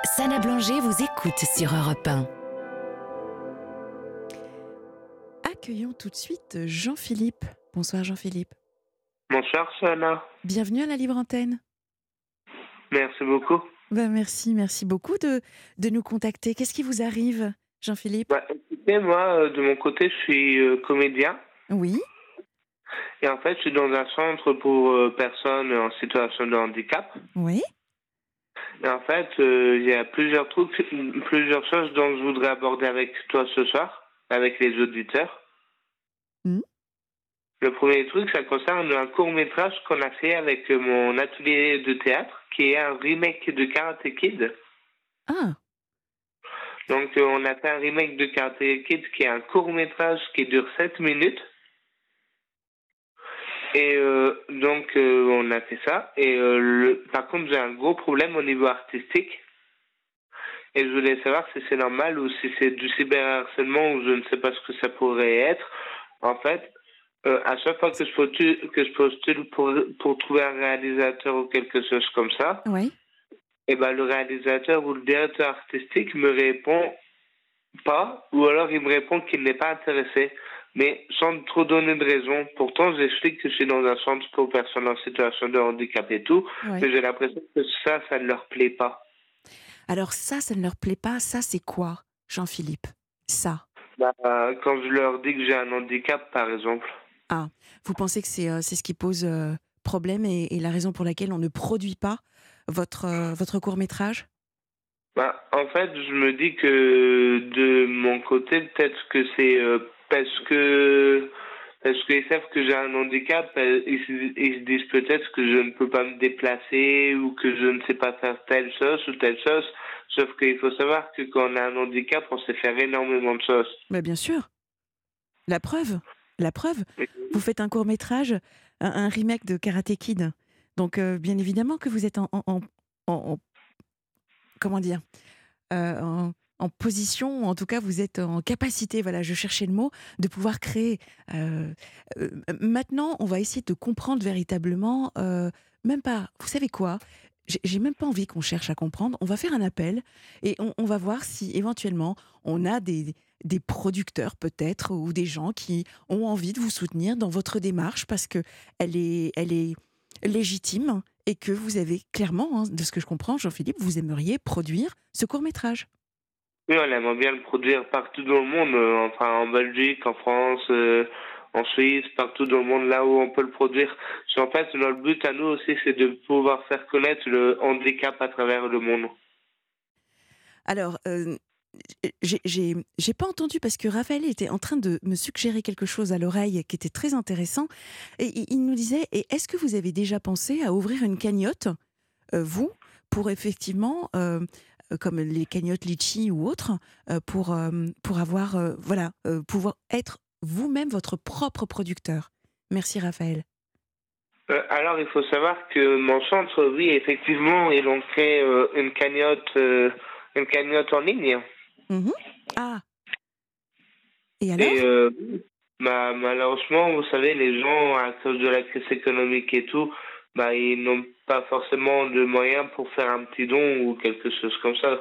Sana Blanger vous écoute sur Europe 1. Accueillons tout de suite Jean-Philippe. Bonsoir Jean-Philippe. Bonsoir, Sana. Bienvenue à la Libre Antenne. Merci beaucoup. Merci beaucoup de nous contacter. Qu'est-ce qui vous arrive, Jean-Philippe? Écoutez, moi, de mon côté, je suis comédien. Oui, Et en fait, je suis dans un centre pour personnes en situation de handicap. oui. Et en fait, il y a plusieurs trucs, plusieurs choses dont je voudrais aborder avec toi ce soir, avec les auditeurs. Mhm. Le premier truc, ça concerne un court-métrage qu'on a fait avec mon atelier de théâtre, qui est un remake de Karate Kid. Ah, Donc, on a fait un remake de Karate Kid qui est un court-métrage qui dure 7 minutes. Et on a fait ça. Et par contre, j'ai un gros problème au niveau artistique. Et je voulais savoir si c'est normal ou si c'est du cyberharcèlement ou je ne sais pas ce que ça pourrait être. En fait, à chaque fois que je postule pour trouver un réalisateur ou quelque chose comme ça, oui. et ben le réalisateur ou le directeur artistique me répond pas, ou alors il me répond qu'il n'est pas intéressé, mais sans trop donner de raison. Pourtant, j'explique que je suis dans un centre pour personnes en situation de handicap et tout, Oui. mais j'ai l'impression que ça ne leur plaît pas. Alors ça ne leur plaît pas. Ça, c'est quoi, Jean-Philippe? Ça. Quand je leur dis que j'ai un handicap, par exemple. Ah, vous pensez que c'est ce qui pose problème et la raison pour laquelle on ne produit pas votre court-métrage? En fait, je me dis que de mon côté, peut-être que c'est parce qu'ils savent que j'ai un handicap, ils se disent peut-être que je ne peux pas me déplacer ou que je ne sais pas faire telle chose ou telle chose. Sauf qu'il faut savoir que quand on a un handicap, on sait faire énormément de choses. Bah, bien sûr. La preuve, la preuve. Vous faites un court-métrage, un remake de Karate Kid. Donc, bien évidemment que vous êtes en comment dire? En position, ou en tout cas, vous êtes en capacité, voilà, je cherchais le mot, de pouvoir créer. Maintenant, on va essayer de comprendre véritablement, même pas, vous savez quoi? J'ai même pas envie qu'on cherche à comprendre. On va faire un appel et on va voir si éventuellement on a des producteurs peut-être ou des gens qui ont envie de vous soutenir dans votre démarche parce que elle est légitime et que vous avez clairement, hein, de ce que je comprends, Jean-Philippe, vous aimeriez produire ce court-métrage. Oui, on aimerait bien le produire partout dans le monde, enfin en Belgique, en France, en Suisse, partout dans le monde, là où on peut le produire. Parce qu'en fait, notre but à nous aussi, c'est de pouvoir faire connaître le handicap à travers le monde. Alors, j'ai pas entendu parce que Raphaël était en train de me suggérer quelque chose à l'oreille qui était très intéressant et il nous disait: «Et est-ce que vous avez déjà pensé à ouvrir une cagnotte, vous, pour effectivement, comme les cagnottes Litchi ou autres, pour avoir, voilà, pouvoir être vous-même votre propre producteur?» Merci Raphaël. Alors, il faut savoir que mon centre, oui, effectivement, ils ont créé une cagnotte en ligne. Mmh. Ah, et Et alors? malheureusement, vous savez, les gens, à cause de la crise économique et tout, ils n'ont pas forcément de moyens pour faire un petit don ou quelque chose comme ça.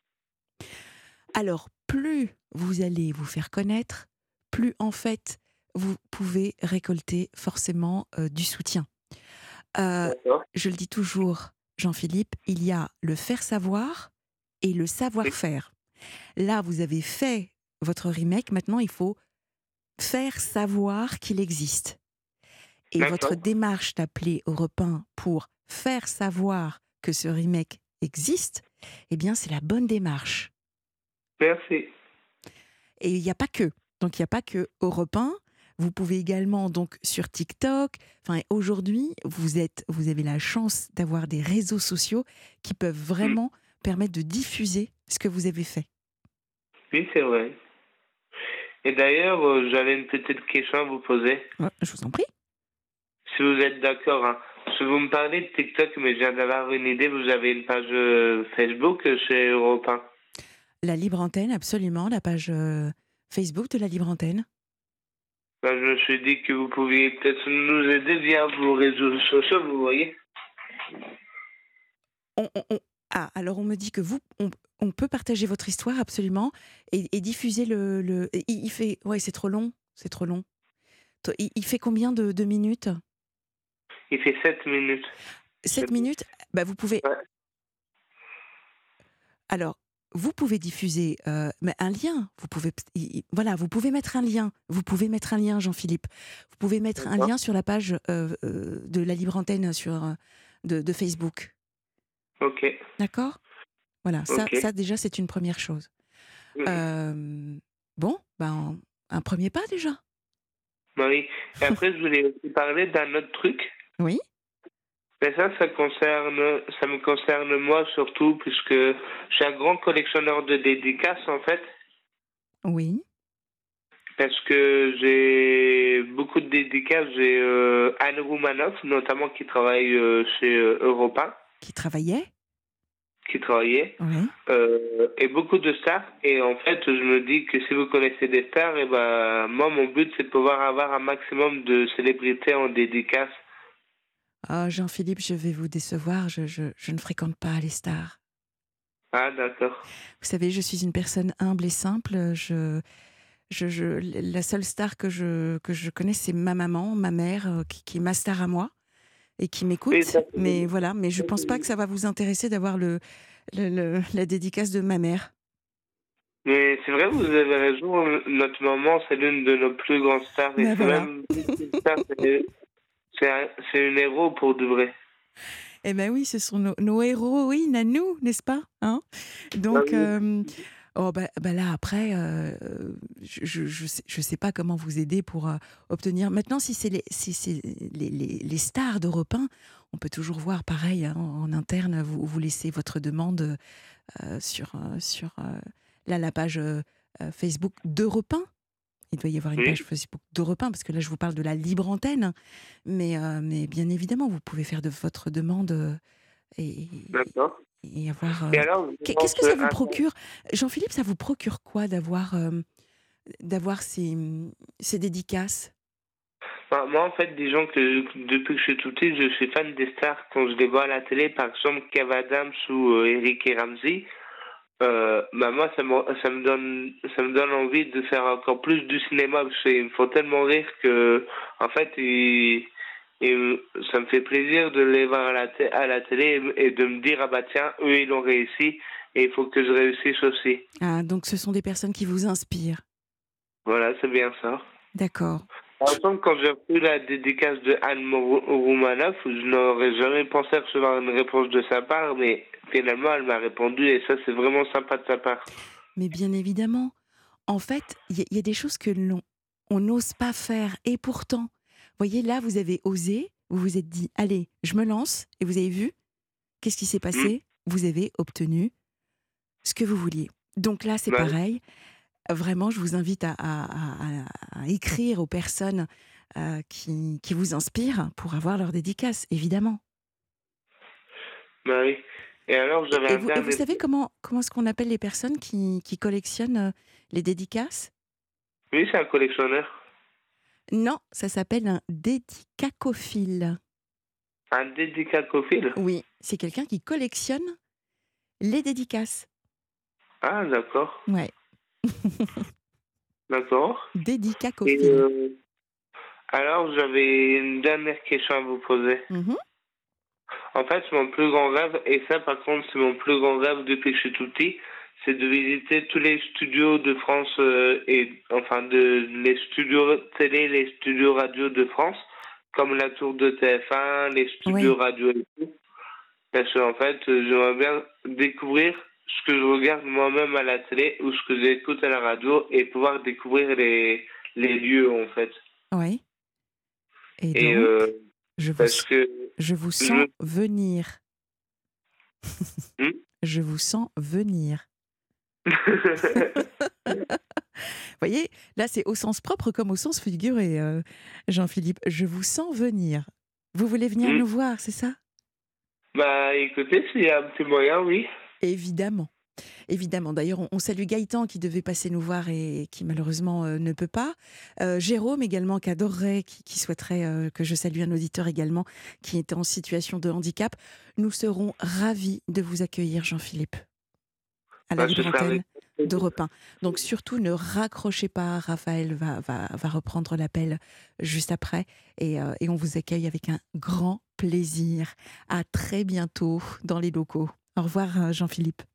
Alors, plus vous allez vous faire connaître, plus en fait, vous pouvez récolter forcément du soutien. Heu, D'accord. je le dis toujours, Jean-Philippe, il y a le faire savoir et le Oui. savoir-faire. Là, vous avez fait votre remake, maintenant il faut faire savoir qu'il existe. Et votre D'accord. démarche d'appeler Europe 1 pour faire savoir que ce remake existe, eh bien, c'est la bonne démarche. Merci. Et il n'y a pas que. Donc, il n'y a pas que Europe 1. Vous pouvez également, donc, sur TikTok. Enfin, aujourd'hui, vous avez la chance d'avoir des réseaux sociaux qui peuvent Mm. vraiment permettre de diffuser ce que vous avez fait. Oui, c'est vrai. Et d'ailleurs, j'avais une petite question à vous poser. Ouais, je vous en prie. Si vous êtes d'accord, hein. Parce que vous me parlez de TikTok, mais je viens d'avoir une idée. Vous avez une page Facebook chez Europe 1. La Libre Antenne, absolument. La page Facebook de la Libre Antenne. Je me suis dit que vous pouviez peut-être nous aider via vos réseaux sociaux, vous voyez. On Ah, alors on me dit que on peut partager votre histoire absolument et diffuser il fait, ouais, c'est trop long, c'est trop long. Il fait combien de minutes? Il fait 7 minutes. 7 minutes? Bah, vous pouvez Ouais. alors, vous pouvez diffuser, mais un lien. Vous pouvez voilà, vous pouvez mettre un lien. Vous pouvez mettre un lien, Jean-Philippe. Vous pouvez mettre un D'accord. lien sur la page, de la Libre Antenne sur, de Facebook. Ok. D'accord? Voilà, Ok. ça déjà, c'est une première chose. Mhm. Hem, bon, ben, un premier pas déjà. Bah oui. Et après, je voulais aussi parler d'un autre truc. Oui, Mais ça me concerne moi surtout, puisque je suis un grand collectionneur de dédicaces, en fait. oui, Parce que j'ai beaucoup de dédicaces. J'ai Anne Roumanoff, notamment, qui travaille chez Europe 1, qui travaillait? qui travaillait, Oui. et beaucoup de stars. Et en fait, je me dis que si vous connaissez des stars, et ben, moi, mon but, c'est de pouvoir avoir un maximum de célébrités en dédicace. Ah, Jean-Philippe, je vais vous décevoir, je ne fréquente pas les stars. Ah, d'accord. Vous savez, je suis une personne humble et simple, la seule star que je connais, c'est ma maman, ma mère, qui est ma star à moi et qui Oui, m'écoute. ça, Mais voilà, mais je pense pas que c'est- ça va vous intéresser d'avoir la dédicace de ma mère. mais c'est vrai, vous avez raison. Notre maman, c'est l'une de nos plus grandes stars. Et Ben c'est voilà. même plus qu'une star, c'est une héros pour de vrai. Eh ben oui, ce sont nos héroïnes à nous, n'est-ce pas, hein? Bah Donc, oui. oh bah là après, je sais pas comment vous aider pour, obtenir maintenant si c'est les stars d'Europe 1, on peut toujours voir pareil, hein, en interne, vous laissez votre demande, sur, là la page, Facebook d'Europe 1. Il doit y avoir une page Oui, Facebook d'Europe 1 parce que là je vous parle de la libre antenne, mais bien évidemment vous pouvez faire de votre demande, et d'accord. avoir, Et alors, je qu'est-ce pense que ça vous procure? Jean-Philippe, ça vous procure quoi d'avoir, d'avoir ces dédicaces? moi, en fait, disons que depuis que je suis tout petit, je suis fan des stars. Quand je les vois à la télé, par exemple, Kev Adams ou Eric et Ramsey, bah moi, ça me donne envie de faire encore plus du cinéma, parce qu'ils me font tellement rire que, en fait, ça me fait plaisir de les voir à la télé et de me dire, ah bah tiens, eux, ils l'ont réussi, et il faut que je réussisse aussi. Ah, donc ce sont des personnes qui vous inspirent. Voilà, c'est bien ça. D'accord. Par exemple, quand j'ai reçu la dédicace de Anne Roumanoff, je n'aurais jamais pensé recevoir une réponse de sa part, mais finalement, elle m'a répondu et ça, c'est vraiment sympa de sa part. Mais bien évidemment, en fait, il y a des choses que on n'ose pas faire et pourtant, voyez, là, vous avez osé, vous vous êtes dit: «Allez, je me lance» et vous avez vu? Qu'est-ce qui s'est Hmm. passé? Vous avez obtenu ce que vous vouliez. Donc là, c'est Bah, pareil. Vraiment, je vous invite à écrire aux personnes, qui vous inspirent pour avoir leur dédicace, évidemment. bah oui. Et alors, j'avais un Et vous dernier savez truc. comment est-ce qu'on appelle les personnes qui collectionnent, les dédicaces? Oui, c'est un collectionneur. Non, ça s'appelle un dédicacophile. Un dédicacophile. Oui, c'est quelqu'un qui collectionne les dédicaces. Ah, d'accord. Ouais, D'accord. Et dédicacophile. alors, j'avais une dernière question à vous poser. Mmh. En fait, mon plus grand rêve, et ça par contre c'est mon plus grand rêve depuis que je suis tout petit, c'est de visiter tous les studios de France et enfin les studios télé, les studios radio de France, comme la tour de TF1, les studios Oui. radio et tout. Parce qu'en fait, j'aimerais bien découvrir ce que je regarde moi-même à la télé ou ce que j'écoute à la radio et pouvoir découvrir les lieux en fait. Oui. Et Et donc, parce que je vous je sens me... venir. Hmm. Je vous sens venir. Voyez, là, c'est au sens propre comme au sens figuré, Jean-Philippe. Je vous sens venir. Vous voulez venir Hmm. nous voir, c'est ça? Bah écoutez, s'il y a un petit moyen, oui. Évidemment. Évidemment. D'ailleurs, on salue Gaëtan qui devait passer nous voir et qui malheureusement ne peut pas. Jérôme également qui adorerait, qui souhaiterait que je salue un auditeur également qui est en situation de handicap. Nous serons ravis de vous accueillir, Jean-Philippe, à la Bah, ce libre sera antenne avec plaisir. d'Europe 1. Donc surtout ne raccrochez pas, Raphaël va reprendre l'appel juste après et on vous accueille avec un grand plaisir. À très bientôt dans les locaux. Au revoir Jean-Philippe.